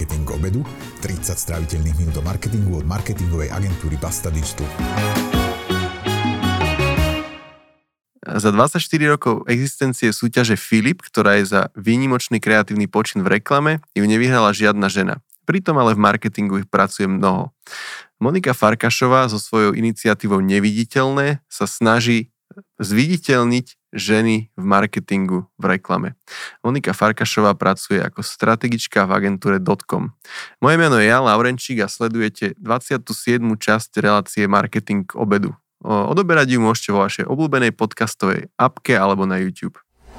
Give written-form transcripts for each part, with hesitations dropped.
Marketing obedu, 30 stráviteľných minút o marketingu od marketingovej agentúry Basta Digital. Za 24 rokov existencie súťaže Filip, ktorá je za výnimočný kreatívny počin v reklame, ju nevyhrala žiadna žena. Pritom ale v marketingu ich pracuje mnoho. Monika Farkašová so svojou iniciatívou Neviditeľné sa snaží zviditeľniť ženy v marketingu v reklame. Monika Farkašová pracuje ako strategička v agentúre .com. Moje meno je Jan Laurenčík a sledujete 27. časť relácie Marketing obedu. Odoberať ju môžete vo vašej obľúbenej podcastovej appke alebo na YouTube.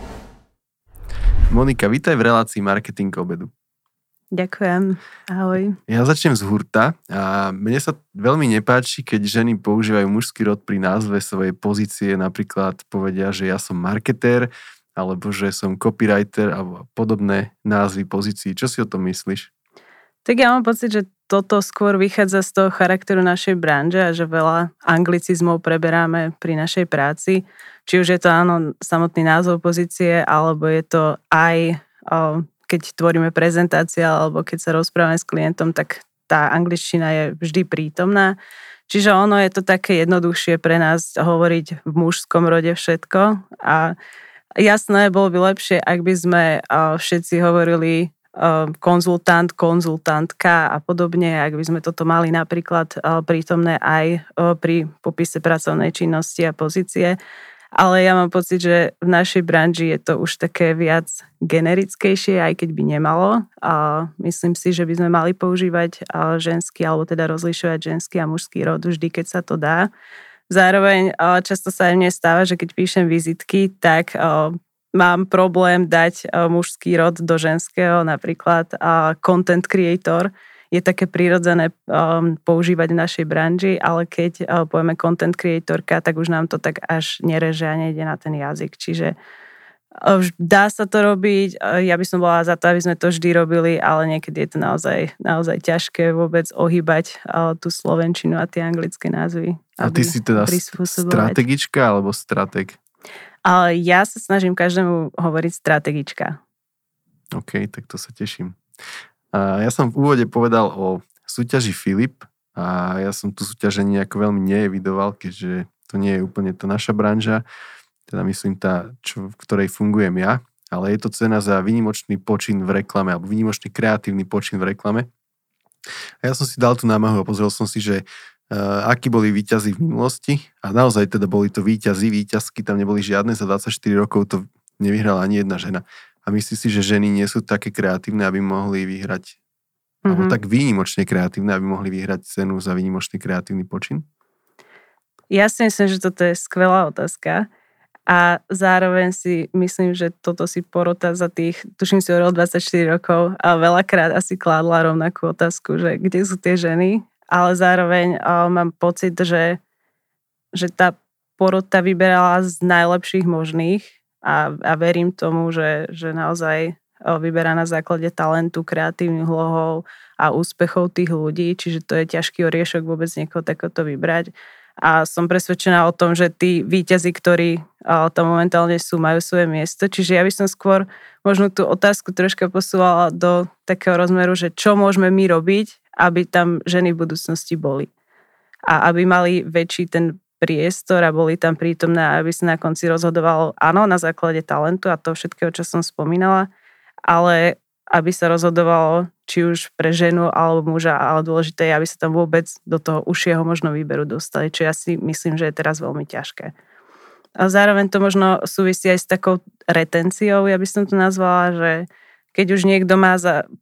Monika, vítaj v relácii Marketing obedu. Ďakujem, ahoj. Ja začnem z hurta a mne sa veľmi nepáči, keď ženy používajú mužský rod pri názve svojej pozície, napríklad povedia, že ja som marketér, alebo že som copywriter alebo podobné názvy pozícií. Čo si o tom myslíš? Tak ja mám pocit, že toto skôr vychádza z toho charakteru našej branže a že veľa anglicizmov preberáme pri našej práci. Či už je to áno, samotný názov pozície, alebo je to aj keď tvoríme prezentácie alebo keď sa rozprávame s klientom, tak tá angličtina je vždy prítomná. Čiže ono je to také jednoduchšie pre nás hovoriť v mužskom rode všetko. A jasné, bolo by lepšie, ak by sme všetci hovorili konzultant, konzultantka a podobne, ak by sme toto mali napríklad prítomné aj pri popise pracovnej činnosti a pozície. Ale ja mám pocit, že v našej branži je to už také viac generickejšie, aj keď by nemalo. A myslím si, že by sme mali používať ženský, alebo teda rozlišovať ženský a mužský rod vždy, keď sa to dá. Zároveň často sa aj mne stáva, že keď píšem vizitky, tak mám problém dať mužský rod do ženského, napríklad content creator. Je také prirodzené používať v našej branži, ale keď povieme content creatorka, tak už nám to tak až nereže a nejde na ten jazyk. Čiže dá sa to robiť, ja by som bola za to, aby sme to vždy robili, ale niekedy je to naozaj ťažké vôbec ohýbať tú slovenčinu a tie anglické názvy. A ty si teda strategička alebo strateg? Ja sa snažím každému hovoriť strategička. OK, tak to sa teším. Ja som v úvode povedal o súťaži Filip a ja som tú súťaž nejako veľmi neevidoval, keďže to nie je úplne tá naša branža, teda myslím tá, v ktorej fungujem ja, ale je to cena za výnimočný počin v reklame alebo výnimočný kreatívny počin v reklame. A ja som si dal tú námahu a pozrel som si, že akí boli víťazi v minulosti a naozaj teda boli to víťazky, tam neboli žiadne, za 24 rokov to nevyhrala ani jedna žena. A myslíš si, že ženy nie sú také kreatívne, aby mohli vyhrať, alebo tak výnimočne kreatívne, aby mohli vyhrať cenu za výnimočný kreatívny počin? Ja si myslím, že toto je skvelá otázka a zároveň si myslím, že toto si porota za tých, tuším si hovoril 24 rokov a veľakrát asi kládla rovnakú otázku, že kde sú tie ženy, ale zároveň mám pocit, že tá porota vyberala z najlepších možných a verím tomu, že naozaj vyberá na základe talentu, kreatívnych úlohov a úspechov tých ľudí, čiže to je ťažký oriešok vôbec niekoho takoto vybrať. A som presvedčená o tom, že tí víťazi, ktorí tam momentálne sú, majú svoje miesto. Čiže ja by som skôr možno tú otázku troška posúvala do takého rozmeru, že čo môžeme my robiť, aby tam ženy v budúcnosti boli. A aby mali väčší ten priestor a boli tam prítomné, aby sa na konci rozhodovalo, áno, na základe talentu a toho všetkého, čo som spomínala, ale aby sa rozhodovalo, či už pre ženu alebo muža, ale dôležité je, aby sa tam vôbec do toho užšieho možno výberu dostali, čo ja si myslím, že je teraz veľmi ťažké. A zároveň to možno súvisí aj s takou retenciou, ja by som to nazvala, že keď už niekto má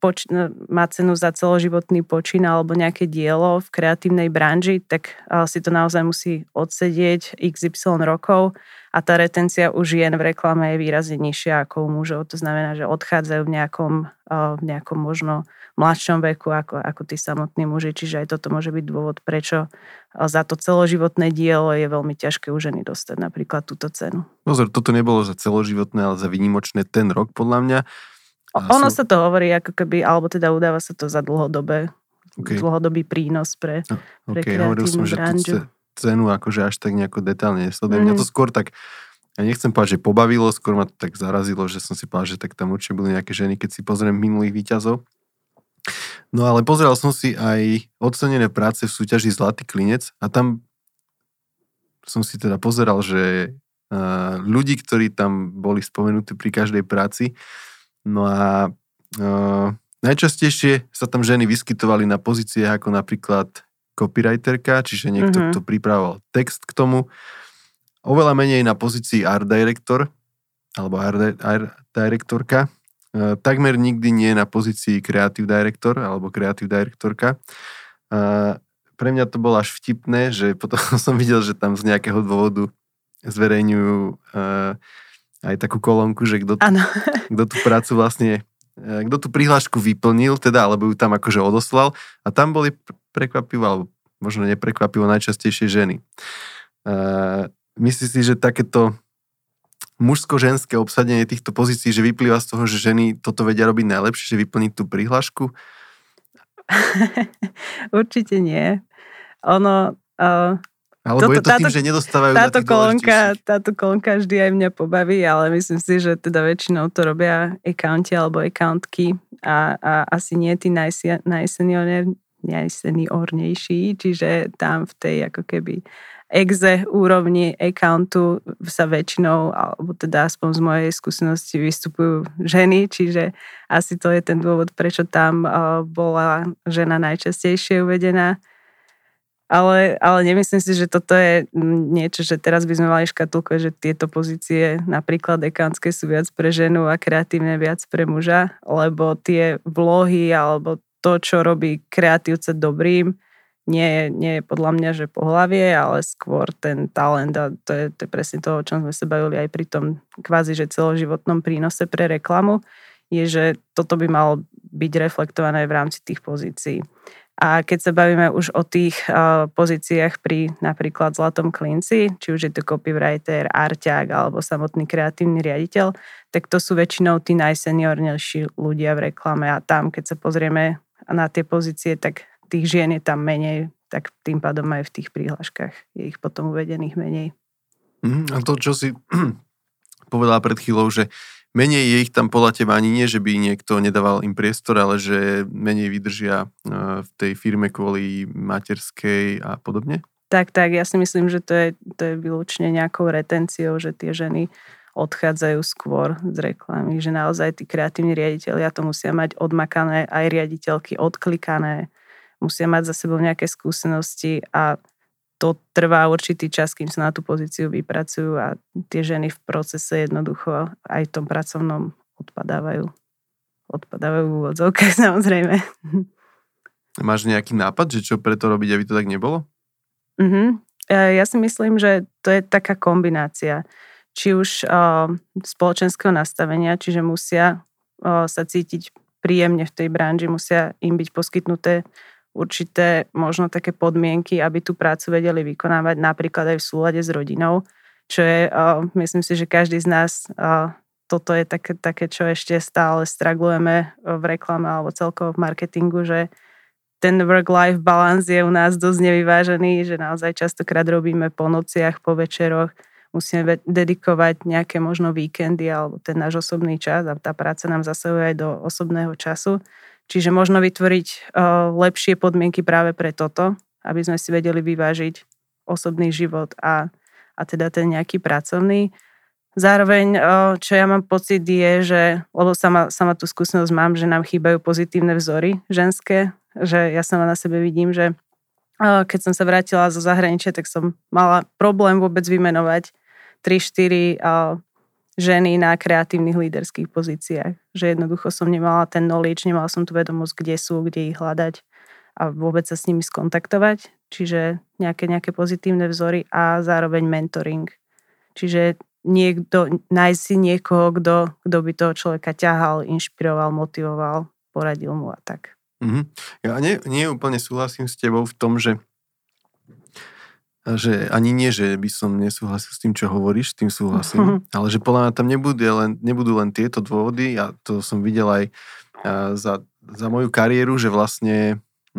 cenu za celoživotný počin alebo nejaké dielo v kreatívnej branži, tak si to naozaj musí odsedieť XY rokov a tá retencia u žien v reklame je výrazne nižšia ako u mužov. To znamená, že odchádzajú v nejakom možno mladšom veku ako tí samotní muži. Čiže aj toto môže byť dôvod, prečo za to celoživotné dielo je veľmi ťažké u ženy dostať napríklad túto cenu. Pozor, toto nebolo za celoživotné, ale za výnimočné ten rok podľa mňa. Ono sa to hovorí ako keby, alebo teda udáva sa to za dlhodobý prínos pre kreatívnu branžu. Cenu akože až tak nejako detálne nesledujem. Mňa to skôr tak, ja nechcem povedať, že pobavilo, skôr ma to tak zarazilo, že som si povedal, že tak tam určite boli nejaké ženy, keď si pozriem minulých víťazov. No ale pozeral som si aj ocenené práce v súťaži Zlatý klinec a tam som si teda pozeral, že ľudí, ktorí tam boli spomenutí pri každej práci, no a najčastejšie sa tam ženy vyskytovali na pozíciách ako napríklad copywriterka, čiže niekto, kto pripravoval text k tomu, oveľa menej na pozícii art director alebo art directorka, takmer nikdy nie na pozícii creative director alebo creative directorka. Pre mňa to bolo až vtipné, že potom som videl, že tam z nejakého dôvodu zverejňujú aj takú kolónku, že kto tú prácu vlastne, kto tú prihlášku vyplnil, teda, alebo ju tam akože odoslal a tam boli prekvapivo, alebo možno neprekvapivo najčastejšie ženy. Myslíš si, že takéto mužsko-ženské obsadenie týchto pozícií, že vyplýva z toho, že ženy toto vedia robiť najlepšie, že vyplniť tú prihlášku? Určite nie. Alebo je to tým, že nedostávajú na tých dôležitejších? Táto kolónka vždy aj mňa pobaví, ale myslím si, že teda väčšinou to robia accounti alebo accountky a asi nie tí najseniornejší, čiže tam v tej ako keby exe úrovni accountu sa väčšinou, alebo teda aspoň z mojej skúsenosti vystupujú ženy, čiže asi to je ten dôvod, prečo tam bola žena najčastejšie uvedená. Ale nemyslím si, že toto je niečo, že teraz by sme mali škatulko, že tieto pozície, napríklad accountské sú viac pre ženu a kreatívne viac pre muža, lebo tie vlohy alebo to, čo robí kreatívca dobrým, nie je podľa mňa, že pohlavie, ale skôr ten talent a to je presne to, o čom sme sa bavili aj pri tom kvázi, že celoživotnom prínose pre reklamu, je, že toto by malo byť reflektované v rámci tých pozícií. A keď sa bavíme už o tých pozíciách pri napríklad Zlatom klinci, či už je to copywriter, arťák alebo samotný kreatívny riaditeľ, tak to sú väčšinou tí najseniornejší ľudia v reklame a tam, keď sa pozrieme na tie pozície, tak tých žien je tam menej, tak tým pádom aj v tých prihláškach je ich potom uvedených menej. A to, čo si povedala pred chvíľou, že menej je ich tam podľa teba ani nie, že by niekto nedával im priestor, ale že menej vydržia v tej firme kvôli materskej a podobne? Tak, ja si myslím, že to je výlučne nejakou retenciou, že tie ženy odchádzajú skôr z reklamy, že naozaj tí kreatívni riaditeľia to musia mať odmakané, aj riaditeľky odklikané, musia mať za sebou nejaké skúsenosti a to trvá určitý čas, kým sa na tú pozíciu vypracujú a tie ženy v procese jednoducho aj v tom pracovnom odpadávajú. Odpadávajú v úvodzovkách, samozrejme. Máš nejaký nápad, že čo preto robiť, aby to tak nebolo? Ja si myslím, že to je taká kombinácia. Či už spoločenského nastavenia, čiže musia sa cítiť príjemne v tej branži, musia im byť poskytnuté určité možno také podmienky, aby tú prácu vedeli vykonávať napríklad aj v súlade s rodinou, čo je, myslím si, že každý z nás toto je také, čo ešte stále strugglujeme v reklame alebo celkovo v marketingu, že ten work-life balance je u nás dosť nevyvážený, že naozaj častokrát robíme po nociach, po večeroch, musíme dedikovať nejaké možno víkendy alebo ten náš osobný čas a tá práca nám zasahuje aj do osobného času. Čiže možno vytvoriť lepšie podmienky práve pre toto, aby sme si vedeli vyvážiť osobný život a teda ten nejaký pracovný. Zároveň, čo ja mám pocit je, že, lebo sama tú skúsenosť mám, že nám chýbajú pozitívne vzory ženské, že ja sama na sebe vidím, že keď som sa vrátila zo zahraničia, tak som mala problém vôbec vymenovať 3-4 ženy na kreatívnych líderských pozíciách. Že jednoducho som nemala ten knowledge, nemala som tú vedomosť, kde sú, kde ich hľadať a vôbec sa s nimi skontaktovať. Čiže nejaké pozitívne vzory a zároveň mentoring. Čiže nájsť si niekoho, kto by toho človeka ťahal, inšpiroval, motivoval, poradil mu a tak. Ja nie úplne súhlasím s tebou v tom, že ani nie, že by som nesúhlasil s tým, čo hovoríš, s tým súhlasím, ale že podľa mňa tam nebudú len tieto dôvody a to som videl aj za moju kariéru, že vlastne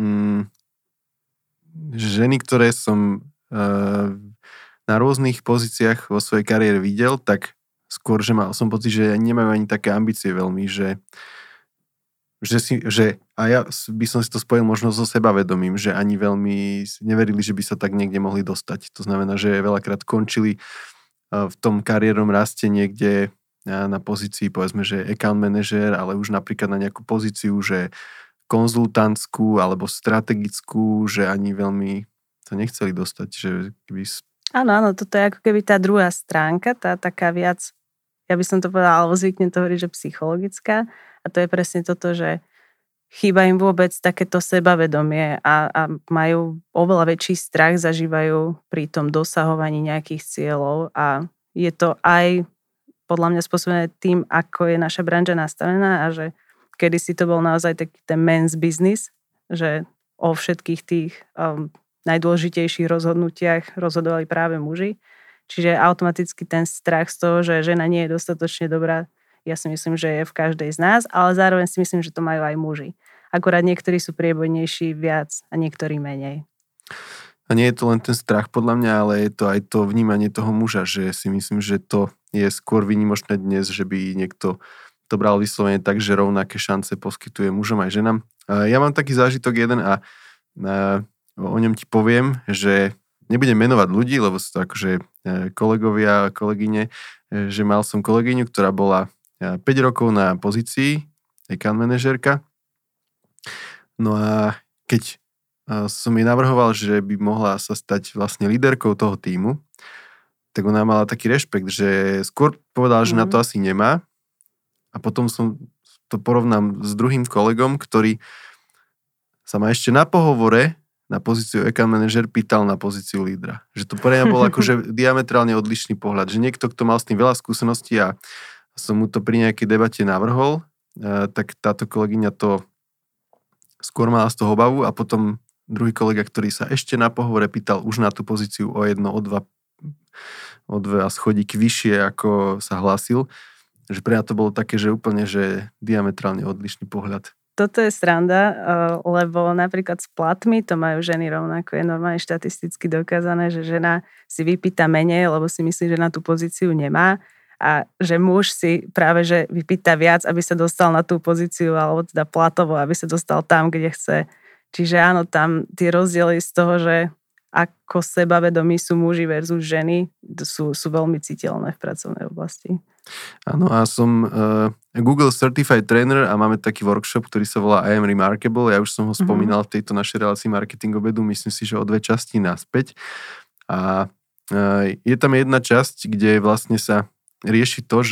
ženy, ktoré som na rôznych pozíciách vo svojej kariére videl, tak skôr, že mal som pocit, že nemajú ani také ambície veľmi, že a ja by som si to spojil možno so sebavedomím, že ani veľmi neverili, že by sa tak niekde mohli dostať. To znamená, že veľakrát končili v tom kariérnom raste niekde na pozícii, povedzme, že account manažer, ale už napríklad na nejakú pozíciu, že konzultantskú alebo strategickú, že ani veľmi sa nechceli dostať. Že keby... Áno, toto je ako keby tá druhá stránka, tá taká viac, ja by som to povedala, alebo zvyknem to hovoriť, že psychologická. A to je presne toto, že chýba im vôbec takéto sebavedomie a majú oveľa väčší strach, zažívajú pri tom dosahovaní nejakých cieľov a je to aj podľa mňa spôsobené tým, ako je naša branža nastavená a že kedysi to bol naozaj taký ten men's business, že o všetkých tých najdôležitejších rozhodnutiach rozhodovali práve muži. Čiže automaticky ten strach z toho, že žena nie je dostatočne dobrá, ja si myslím, že je v každej z nás, ale zároveň si myslím, že to majú aj muži. Akurát niektorí sú priebojnejší viac a niektorí menej. A nie je to len ten strach podľa mňa, ale je to aj to vnímanie toho muža, že si myslím, že to je skôr výnimočné dnes, že by niekto to bral vyslovene tak, že rovnaké šance poskytuje mužom aj ženám. Ja mám taký zážitok jeden a o ňom ti poviem, že nebudem menovať ľudí, lebo sú to akože kolegovia a kolegyne, že mal som kolegyňu, ktorá bola 5 rokov na pozícii account manažérka. No a keď som jej navrhoval, že by mohla sa stať vlastne líderkou toho tímu, tak ona mala taký rešpekt, že skôr povedala, že na to asi nemá. A potom som to porovnám s druhým kolegom, ktorý sa ma ešte na pohovore na pozíciu account manager pýtal na pozíciu lídra. Že to pre mňa bol akože diametrálne odlišný pohľad. Že niekto, kto mal s tým veľa skúseností a som mu to pri nejakej debate navrhol, tak táto kolegyňa to skôr mala z toho obavu a potom druhý kolega, ktorý sa ešte na pohovore pýtal už na tú pozíciu o 1, o 2 schodíky vyššie, ako sa hlásil, že pre mňa to bolo také, že úplne, že diametrálne odlišný pohľad. Toto je sranda, lebo napríklad s platmi to majú ženy rovnako. Je normálne štatisticky dokázané, že žena si vypýta menej, lebo si myslí, že na tú pozíciu nemá a že muž si práve že vypýta viac, aby sa dostal na tú pozíciu alebo teda platovo, aby sa dostal tam, kde chce. Čiže áno, tam tie rozdiely z toho, že ako sebavedomí sú muži versus ženy, sú veľmi citeľné v pracovnej oblasti. Áno, a som Google Certified Trainer a máme taký workshop, ktorý sa volá I am Remarkable. Ja už som ho spomínal v tejto našej relácii Marketing obedu, myslím si, že o 2 časti naspäť. A je tam jedna časť, kde vlastne sa rieši to,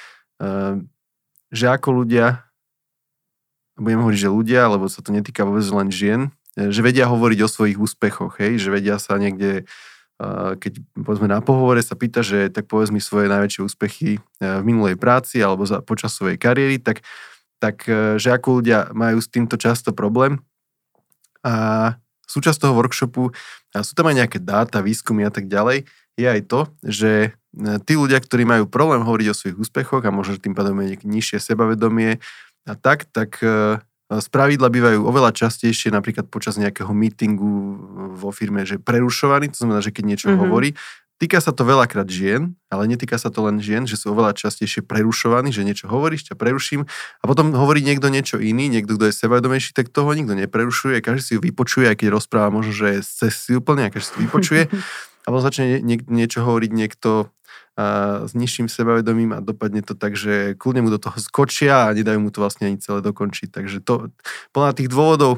že ako ľudia, budem hovoriť, že ľudia, lebo sa to netýka vôbec len žien, že vedia hovoriť o svojich úspechoch, hej, že vedia sa niekde, keď povedzme na pohovore sa pýta, že tak povedz mi svoje najväčšie úspechy v minulej práci alebo počas svojej kariéry, tak že ako ľudia majú s týmto často problém. A súčasť toho workshopu, sú tam aj nejaké dáta, výskumy a tak ďalej, je aj to, že tí ľudia, ktorí majú problém hovoriť o svojich úspechoch a možno tým pádom je nižšie sebavedomie a tak spravidla bývajú oveľa častejšie napríklad počas nejakého meetingu vo firme, že prerušovaní, to znamená, že keď niečo hovorí. Týka sa to veľakrát žien, ale netýka sa to len žien, že sú oveľa častejšie prerušovaní, že niečo hovoríš, ťa preruším a potom hovorí niekto niečo iný, niekto, kto je sebavedomejší, tak toho nikto neprerušuje, každý si ju vypočuje, aj keď rozpráva možno, že je scesí úplne, a každý si to vypočuje a potom začne niečo hovoriť niekto s nižším sebavedomím a dopadne to tak, že kľudne mu do toho skočia a nedajú mu to vlastne ani celé dokončiť. Takže to plná tých dôvodov,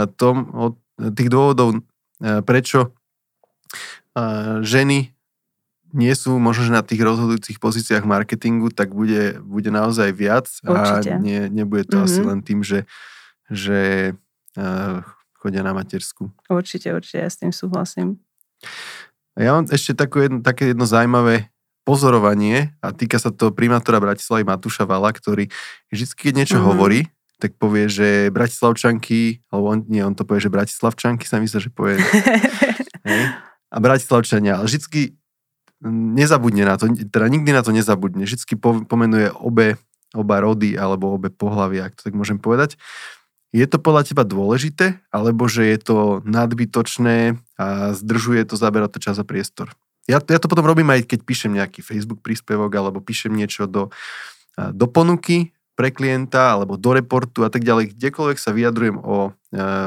prečo ženy nie sú možno, že na tých rozhodujúcich pozíciách marketingu, tak bude naozaj viac. Určite. A nebude to asi len tým, že chodia na matersku. Určite, ja s tým súhlasím. A ja mám ešte také jedno zaujímavé pozorovanie a týka sa to primátora Bratislavy Matúša Vala, ktorý vždy, keď niečo hovorí, tak povie, že Bratislavčanky, alebo on to povie, že Bratislavčanky, sa myslí, že povie a Bratislavčania, ale vždycky nezabudne na to, teda nikdy na to nezabudne, vždycky pomenuje oba rody alebo obe pohlavia, ak to tak môžem povedať. Je to podľa teba dôležité, alebo že je to nadbytočné a zdržuje to, zabera to čas a priestor? Ja to potom robím aj keď píšem nejaký Facebook príspevok alebo píšem niečo do ponuky pre klienta alebo do reportu a tak ďalej, kdekoľvek sa vyjadrujem o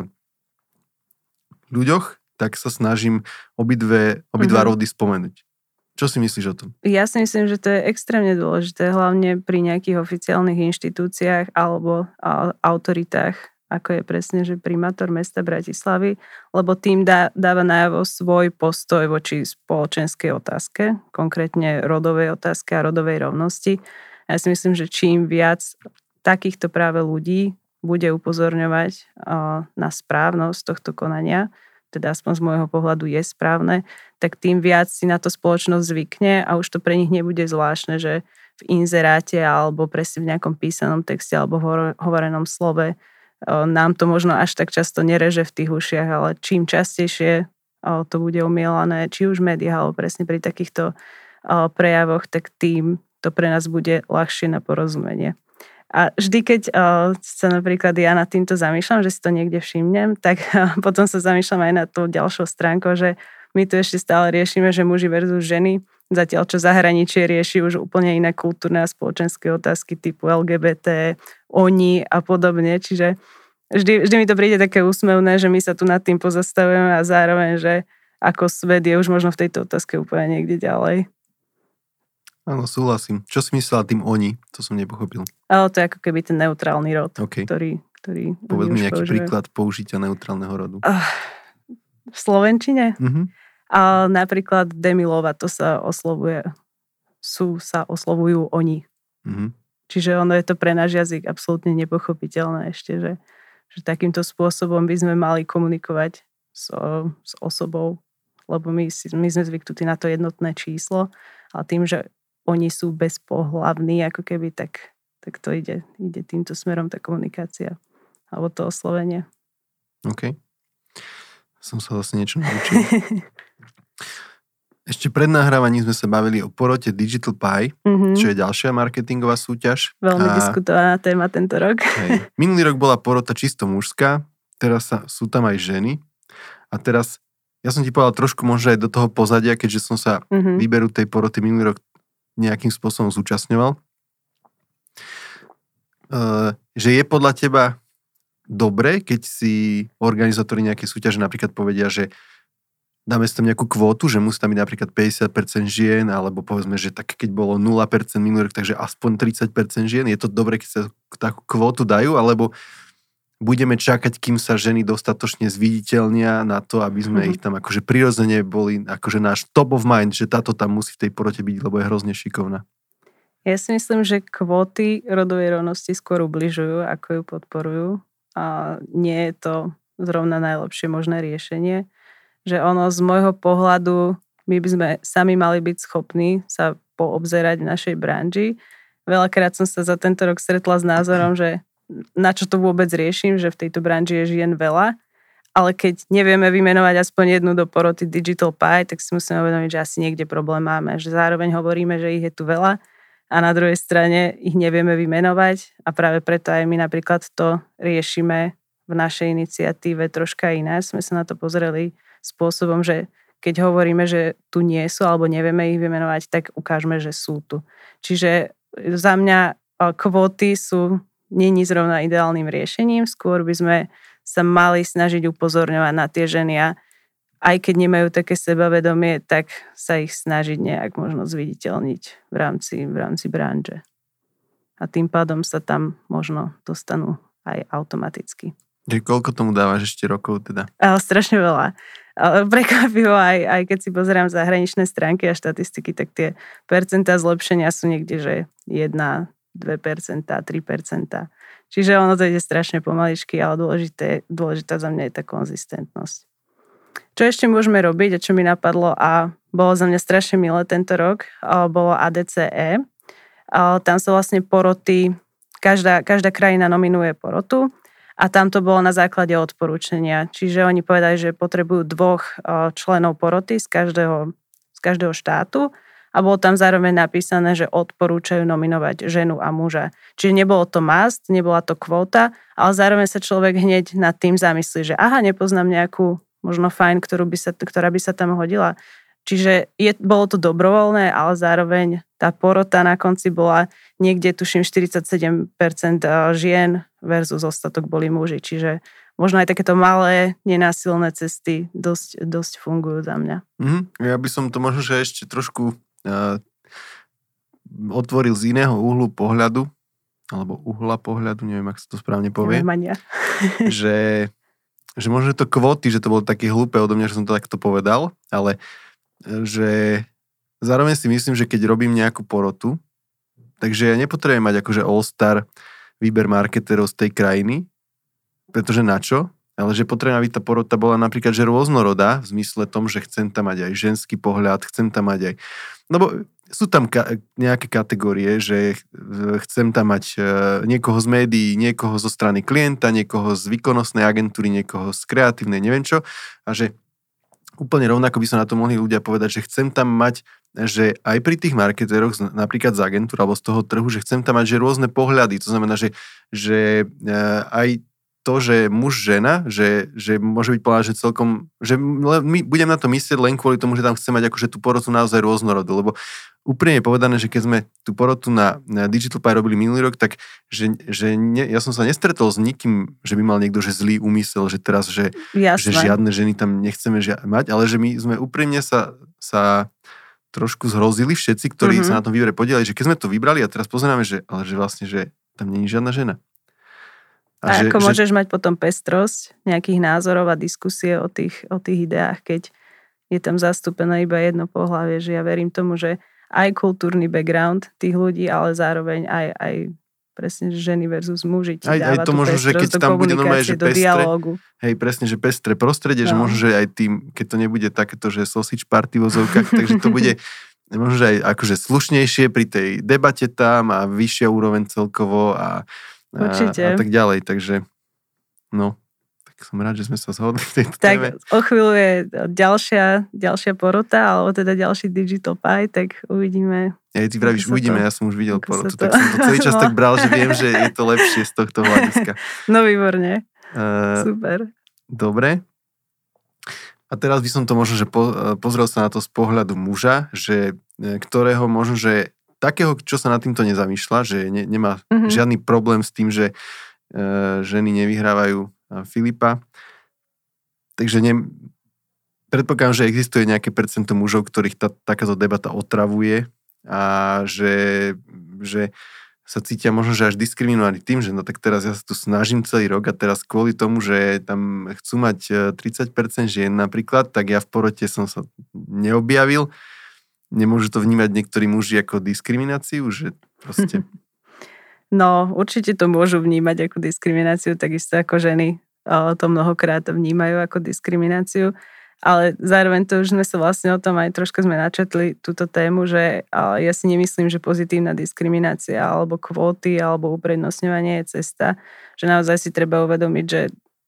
ľuďoch, tak sa snažím obidva rody spomenúť. Čo si myslíš o tom? Ja si myslím, že to je extrémne dôležité, hlavne pri nejakých oficiálnych inštitúciách alebo autoritách, ako je presne, že primátor mesta Bratislavy, lebo tým dáva najavo svoj postoj voči spoločenskej otázke, konkrétne rodovej otázke a rodovej rovnosti. Ja si myslím, že čím viac takýchto práve ľudí bude upozorňovať na správnosť tohto konania, teda aspoň z môjho pohľadu je správne, tak tým viac si na to spoločnosť zvykne a už to pre nich nebude zvláštne, že v inzeráte alebo presne v nejakom písanom texte alebo hovorenom slove nám to možno až tak často nereže v tých ušiach, ale čím častejšie to bude umielané, či už v médiách alebo presne pri takýchto prejavoch, tak tým to pre nás bude ľahšie na porozumenie. A vždy, keď sa napríklad ja nad týmto zamýšľam, že si to niekde všimnem, tak potom sa zamýšľam aj nad tou ďalšou stránkou, že my tu ešte stále riešime, že muži versus ženy, zatiaľ čo zahraničie rieši už úplne iné kultúrne a spoločenské otázky typu LGBT, oni a podobne. Čiže vždy mi to príde také úsmevné, že my sa tu nad tým pozastavujeme a zároveň, že ako svet je už možno v tejto otázke úplne niekde ďalej. Áno, súhlasím. Čo si myslela tým oni? To som nepochopil. Ale to je ako keby ten neutrálny rod, okay. ktorý Povedz mi nejaký príklad použitia neutrálneho rodu. V slovenčine? Uh-huh. Napríklad Demilova, to sa oslovujú oni. Uh-huh. Čiže ono je to pre náš jazyk absolútne nepochopiteľné ešte, že takýmto spôsobom by sme mali komunikovať s osobou, lebo my sme zvyknutí na to jednotné číslo, ale tým, že oni sú bezpohlavní, ako keby, tak to ide týmto smerom tá komunikácia alebo to oslovenie. OK. Som sa vlastne niečo naučil. Ešte pred nahrávaním sme sa bavili o porote Digital Pie, čo je ďalšia marketingová súťaž. Veľmi diskutovaná téma tento rok. Minulý rok bola porota čisto mužská, teraz sú tam aj ženy a teraz ja som ti povedal trošku možno aj do toho pozadia, keďže som sa výberu tej poroty minulý rok nejakým spôsobom zúčastňoval. Že je podľa teba dobre, keď si organizátori nejaké súťaže napríklad povedia, že dáme si tam nejakú kvótu, že musí tam byť napríklad 50% žien, alebo povedzme, že tak keď bolo 0% minulý rok, takže aspoň 30% žien. Je to dobre, keď sa takú kvótu dajú, alebo budeme čakať, kým sa ženy dostatočne zviditeľnia na to, aby sme ich tam akože prirodzene boli akože náš top of mind, že táto tam musí v tej porote byť, lebo je hrozne šikovná. Ja si myslím, že kvóty rodovej rovnosti skôr ubližujú, ako ju podporujú. A nie je to zrovna najlepšie možné riešenie. Že ono z môjho pohľadu, my by sme sami mali byť schopní sa poobzerať v našej branži. Veľakrát som sa za tento rok stretla s názorom, že na čo to vôbec riešim, že v tejto branži je žien veľa, ale keď nevieme vymenovať aspoň jednu do poroty Digital Pie, tak si musíme uvedomiť, že asi niekde problém máme, že zároveň hovoríme, že ich je tu veľa a na druhej strane ich nevieme vymenovať a práve preto aj my napríklad to riešime v našej iniciatíve troška iné. Sme sa na to pozreli spôsobom, že keď hovoríme, že tu nie sú alebo nevieme ich vymenovať, tak ukážeme, že sú tu. Čiže za mňa kvóty není zrovna ideálnym riešením, skôr by sme sa mali snažiť upozorňovať na tie ženy a aj keď nemajú také sebavedomie, tak sa ich snažiť nejak možno zviditeľniť v rámci branže. A tým pádom sa tam možno dostanú aj automaticky. Koľko tomu dávaš ešte rokov teda? Strašne veľa. Prekvapivo aj keď si pozerám zahraničné stránky a štatistiky, tak tie percentá zlepšenia sú niekde, že 1, 2%, 3%. Čiže ono to ide strašne pomaličky, ale dôležitá za mňa je tá konzistentnosť. Čo ešte môžeme robiť a čo mi napadlo a bolo za mňa strašne milé tento rok, bolo ADCE. Tam sa vlastne poroty, každá krajina nominuje porotu a tam to bolo na základe odporúčania. Čiže oni povedali, že potrebujú 2 členov poroty z každého štátu a bolo tam zároveň napísané, že odporúčajú nominovať ženu a muža. Čiže nebolo to must, nebola to kvóta, ale zároveň sa človek hneď nad tým zamyslí, že aha, nepoznám nejakú možno fajn, ktorá by sa tam hodila. Čiže bolo to dobrovoľné, ale zároveň tá porota na konci bola niekde, tuším, 47% žien versus ostatok boli muži. Čiže možno aj takéto malé, nenásilné cesty dosť fungujú za mňa. Ja by som to možno, že ešte trošku otvoril z iného uhla pohľadu, neviem, ak sa to správne povie. že možno to kvóty, že to bolo také hlúpe odo mňa, že som to takto povedal, ale že zároveň si myslím, že keď robím nejakú porotu, takže ja nepotrebujem mať akože all-star výber marketerov z tej krajiny, pretože na čo? Ale že potrebujem, aby tá porota bola napríklad, že rôznorodá, v zmysle tom, že chcem tam mať aj ženský pohľad, chcem tam mať aj... Lebo sú tam nejaké kategórie, že chcem tam mať niekoho z médií, niekoho zo strany klienta, niekoho z výkonnostnej agentúry, niekoho z kreatívnej, neviem čo. A že úplne rovnako by sa na to mohli ľudia povedať, že chcem tam mať, že aj pri tých marketéroch, napríklad z agentúr alebo z toho trhu, že chcem tam mať, že rôzne pohľady. To znamená, že aj to, že muž, žena, že môže byť povedať, že celkom, že my budem na to myslieť len kvôli tomu, že tam chcem mať akože tú porotu naozaj rôznorodú, lebo úprimne povedané, že keď sme tú porotu na Digital Pie robili minulý rok, tak ja som sa nestretol s nikým, že by mal niekto že zlý úmysel, že teraz, že žiadne ženy tam nechceme mať, ale že my sme úprimne sa trošku zhrozili všetci, ktorí sa na tom výbere podielali, že keď sme to vybrali a teraz pozeráme, že vlastne, že tam nie je žiadna žena. A ako môžeš mať potom pestrosť nejakých názorov a diskusie o tých ideách, keď je tam zastúpené iba jedno pohlavie, že ja verím tomu, že aj kultúrny background tých ľudí, ale zároveň aj presne ženy versus muži ti dáva aj to tú možno, že keď tam bude normálne, že do dialógu. Hej, presne, že pestré prostredie, že možno, že aj tým, keď to nebude takéto, že sausage party vo zovkách, takže to bude možno, že aj akože slušnejšie pri tej debate tam a vyššia úroveň celkovo a tak ďalej, takže tak som rád, že sme sa zhodli v tejto téme. Tak o chvíľu je ďalšia porota, alebo teda ďalší Digital Pie, tak uvidíme. Ja ty vravíš uvidíme, ja som už videl porotu, tak som to celý čas tak bral, že viem, že je to lepšie z tohto hľadiska. No výborne, super. Dobre. A teraz by som to možno, že pozrel sa na to z pohľadu muža, že ktorého možno, že takého, čo sa nad týmto nezamýšľa, že nemá žiadny problém s tým, že ženy nevyhrávajú Filipa. Takže predpokladám, že existuje nejaké percento mužov, ktorých takáto debata otravuje a že sa cítia možno, že až diskriminovaní tým, že no tak teraz ja sa tu snažím celý rok a teraz kvôli tomu, že tam chcú mať 30% žien napríklad, tak ja v porote som sa neobjavil. Nemôžu to vnímať niektorí muži ako diskrimináciu, že proste... No, určite to môžu vnímať ako diskrimináciu, takisto ako ženy to mnohokrát vnímajú ako diskrimináciu, ale zároveň to už sme sa vlastne o tom aj troška sme načetli túto tému, že ja si nemyslím, že pozitívna diskriminácia alebo kvóty alebo uprednostňovanie je cesta, že naozaj si treba uvedomiť, že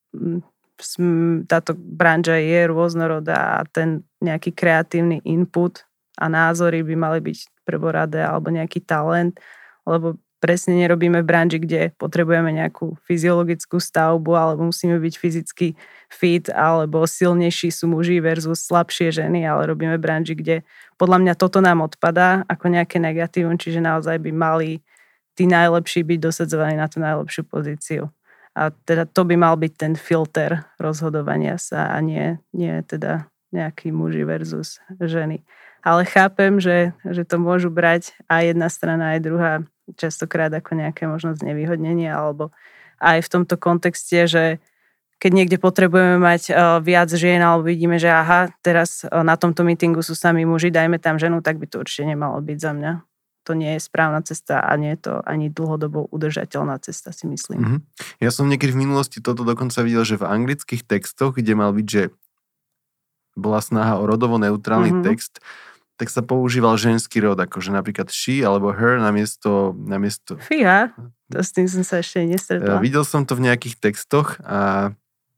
táto branža je rôznorodá a ten nejaký kreatívny input a názory by mali byť prvoradé alebo nejaký talent, lebo presne nerobíme v branži, kde potrebujeme nejakú fyziologickú stavbu alebo musíme byť fyzicky fit alebo silnejší sú muži versus slabšie ženy, ale robíme v branži, kde podľa mňa toto nám odpadá ako nejaké negatívum, čiže naozaj by mali tí najlepší byť dosadzovaní na tú najlepšiu pozíciu. A teda to by mal byť ten filter rozhodovania sa a nie teda nejakí muži versus ženy. Ale chápem, že to môžu brať aj jedna strana, aj druhá častokrát ako nejaké možno znevýhodnenie, alebo aj v tomto kontexte, že keď niekde potrebujeme mať viac žien, alebo vidíme, že aha, teraz na tomto meetingu sú sami muži, dajme tam ženu, tak by to určite nemalo byť za mňa. To nie je správna cesta a nie je to ani dlhodobo udržateľná cesta, si myslím. Ja som niekedy v minulosti toto dokonca videl, že v anglických textoch, kde mal byť, že bola snaha o rodovo neutrálny text, tak sa používal ženský rod, akože napríklad she alebo her namiesto... Fíha, to s tým som sa ešte nestretla. Videl som to v nejakých textoch a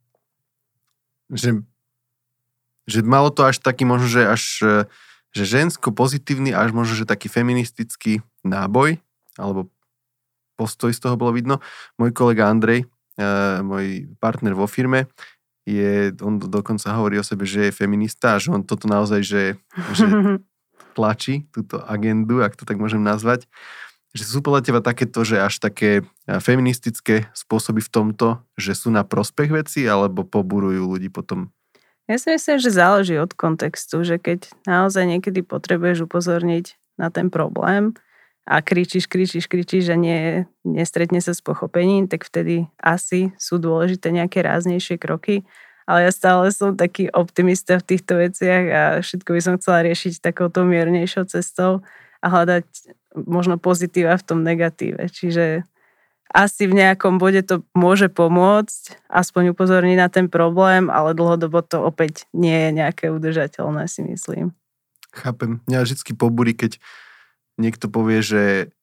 že malo to až taký možno, že až že žensko pozitívny, až možno, že taký feministický náboj, alebo postoj z toho bolo vidno. Môj kolega Andrej, môj partner vo firme, on dokonca hovorí o sebe, že je feminista a že on toto naozaj, že tlačí túto agendu, ak to tak môžem nazvať. Že sú podľa teba takéto, že až také feministické spôsoby v tomto, že sú na prospech veci, alebo poburujú ľudí potom? Ja si myslím, že záleží od kontextu, že keď naozaj niekedy potrebuješ upozorniť na ten problém a kričíš a nestretne sa s pochopením, tak vtedy asi sú dôležité nejaké ráznejšie kroky. Ale ja stále som taký optimista v týchto veciach a všetko by som chcela riešiť takouto miernejšou cestou a hľadať možno pozitíva v tom negatíve. Čiže asi v nejakom bode to môže pomôcť, aspoň upozorniť na ten problém, ale dlhodobo to opäť nie je nejaké udržateľné, si myslím. Chápem. Mňa vždycky pobúri, keď niekto povie, že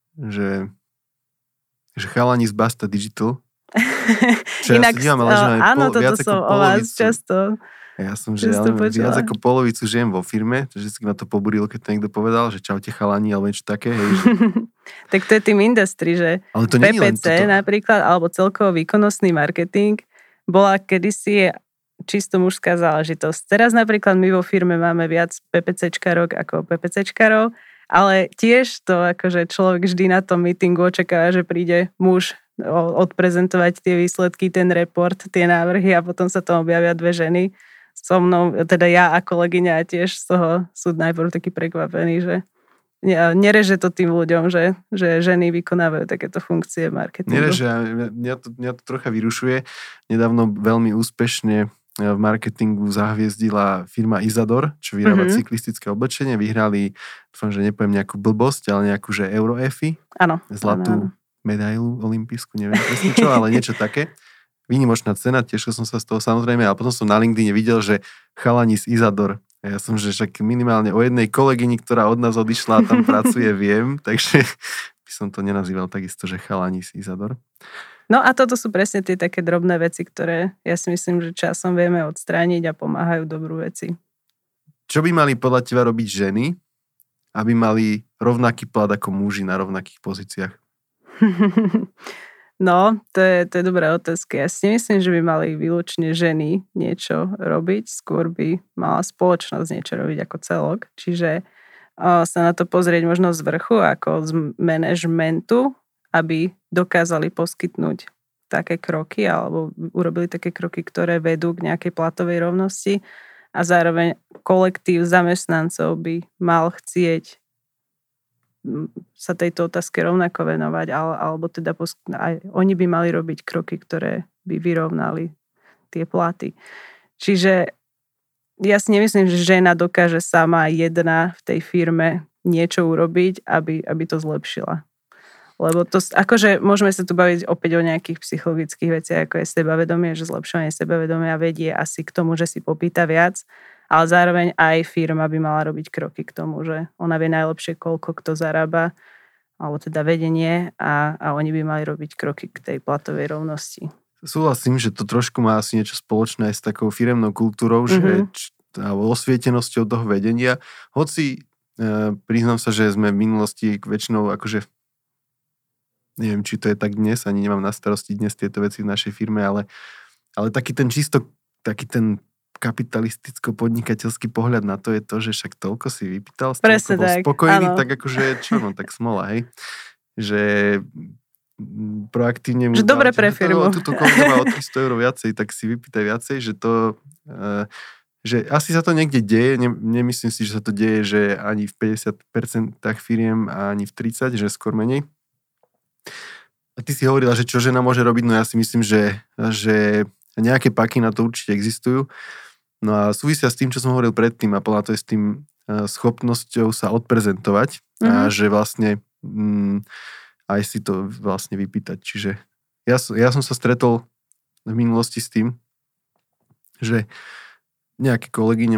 chalani z Basta Digital. Čo inak, ja ale že áno, toto som o vás často. Ja som, že viac ako polovicu žijem vo firme, to vždycky ma to pobúrilo, keď to niekto povedal, že čaute chalani, alebo niečo také. Hej, že... Tak to je tým industry, že PPC napríklad, alebo celkovo výkonnostný marketing bola kedysi čisto mužská záležitosť. Teraz napríklad my vo firme máme viac PPCčkarok ako PPCčkarov, ale tiež to akože človek vždy na tom meetingu očakáva, že príde muž odprezentovať tie výsledky, ten report, tie návrhy a potom sa tam objavia dve ženy so mnou, teda ja a kolegyňa tiež z toho sú najprv takí prekvapení, že nereže to tým ľuďom, že ženy vykonávajú takéto funkcie v marketingu. Nereže, mňa to trocha vyrušuje. Nedávno veľmi úspešne v marketingu zahviezdila firma Isador, čo vyrába cyklistické oblečenie. Vyhrali, dúfam, že nepoviem nejakú blbosť, ale nejakú, že Euro-EFI. Áno. Zlatú medailu olympijskú, neviem presne čo, ale niečo také. Výnimočná cena, tešil som sa z toho samozrejme, a potom som na LinkedIne videl, že chalani z Isador. Ja som, že však minimálne o jednej kolegyni, ktorá od nás odišla a tam pracuje, viem, takže by som to nenazýval takisto, že chalani z Isador. No a toto sú presne tie také drobné veci, ktoré ja si myslím, že časom vieme odstrániť a pomáhajú dobrú veci. Čo by mali podľa teba robiť ženy, aby mali rovnaký plat ako muži na rovnakých pozíciách? No, to je dobrá otázka. Ja si myslím, že by mali výlučne ženy niečo robiť, skôr by mala spoločnosť niečo robiť ako celok. Čiže sa na to pozrieť možno z vrchu, ako z manažmentu, aby dokázali poskytnúť také kroky alebo urobili také kroky, ktoré vedú k nejakej platovej rovnosti a zároveň kolektív zamestnancov by mal chcieť sa tejto otázke rovnako venovať, alebo teda aj oni by mali robiť kroky, ktoré by vyrovnali tie platy. Čiže ja si nemyslím, že žena dokáže sama jedna v tej firme niečo urobiť, aby to zlepšila. Lebo to, akože môžeme sa tu baviť opäť o nejakých psychologických veciach, ako je sebavedomie, že zlepšovanie sebavedomia vedie asi k tomu, že si popýta viac, ale zároveň aj firma by mala robiť kroky k tomu, že ona vie najlepšie, koľko kto zarába, alebo teda vedenie a oni by mali robiť kroky k tej platovej rovnosti. Súhlasím, že to trošku má asi niečo spoločné s takou firemnou kultúrou, že osvietenosťou toho vedenia. Hoci priznám sa, že sme v minulosti väčšinou akože neviem, či to je tak dnes, ani nemám na starosti dnes tieto veci v našej firme, ale taký ten čisto, taký ten kapitalisticko-podnikateľský pohľad na to je to, že však toľko si vypýtal, toľko bol spokojný, áno. Tak akože čo, no tak smola, hej. Že proaktívne mu že dobre pre firmu. Tuto kolega má o 300 € viacej, tak si vypýtaj viacej, že to že asi sa to niekde deje, nemyslím si, že sa to deje, že ani v 50% firiem a ani v 30%, že skôr menej. A ty si hovorila, že čo žena môže robiť, no ja si myslím, že nejaké páky na to určite existujú. No a súvisia s tým, čo som hovoril predtým a podľa to je s tým schopnosťou sa odprezentovať a že vlastne aj si to vlastne vypýtať. Čiže ja som sa stretol v minulosti s tým, že nejaké kolegyne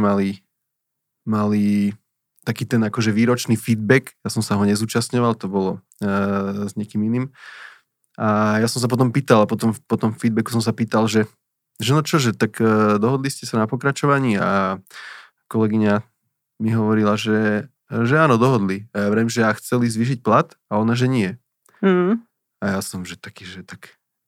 mali taký ten akože výročný feedback, ja som sa ho nezúčastňoval, to bolo s niekým iným. A ja som sa potom pýtal, a potom v feedbacku som sa pýtal, že no čože, tak dohodli ste sa na pokračovaní a kolegyňa mi hovorila, že áno, dohodli. A ja vrem, že ja chceli zvýšiť plat a ona, že nie. A ja som, že taký, že tak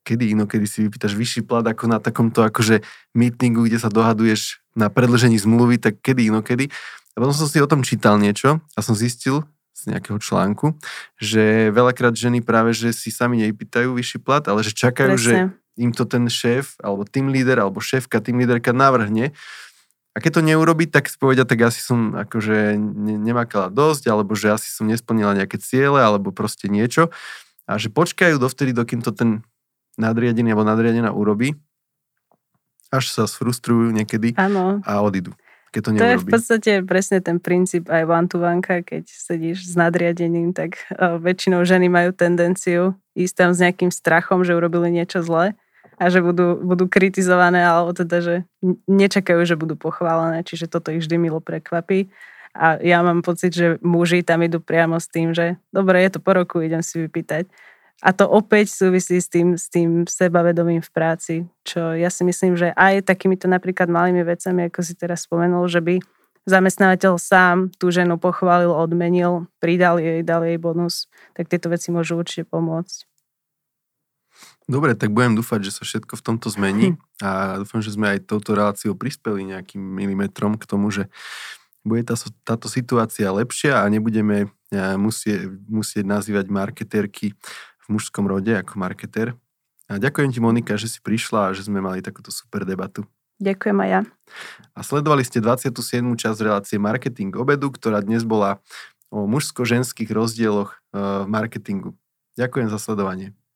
kedy inokedy si vypýtaš vyšší plat ako na takomto akože meetingu, kde sa dohaduješ na predĺžení zmluvy, tak kedy inokedy. A potom som si o tom čítal niečo a som zistil z nejakého článku, že veľakrát ženy práve, že si sami nevypýtajú vyšší plat, ale že čakajú, že im to ten šéf, alebo team leader, alebo šéfka, team leaderka navrhne. A keď to neurobí, tak povedia, tak asi som akože nemakala dosť, alebo že asi som nesplnila nejaké ciele, alebo proste niečo. A že počkajú dovtedy, dokým to ten nadriadený alebo nadriadená urobí, až sa sfrustrujú niekedy a odídu. Keď to neurobí. To je v podstate presne ten princíp aj one-to-one-ka, keď sedíš s nadriadením, tak väčšinou ženy majú tendenciu ísť tam s nejakým strachom, že urobili niečo zlé a že budú kritizované, alebo teda, že nečakajú, že budú pochválené, čiže toto ich vždy milo prekvapí. A ja mám pocit, že muži tam idú priamo s tým, že dobre, je to po roku, idem si vypýtať. A to opäť súvisí s tým sebavedomím v práci, čo ja si myslím, že aj takýmito napríklad malými vecami, ako si teraz spomenul, že by zamestnávateľ sám tú ženu pochválil, odmenil, pridal jej, dal jej bonus, tak tieto veci môžu určite pomôcť. Dobre, tak budem dúfať, že sa všetko v tomto zmení a dúfam, že sme aj touto reláciou prispeli nejakým milimetrom k tomu, že bude táto situácia lepšia a nebudeme musieť nazývať marketérky v mužskom rode ako marketér. A ďakujem ti, Monika, že si prišla a že sme mali takúto super debatu. Ďakujem aj ja. A sledovali ste 27. časť relácie Marketing obedu, ktorá dnes bola o mužsko-ženských rozdieloch v marketingu. Ďakujem za sledovanie.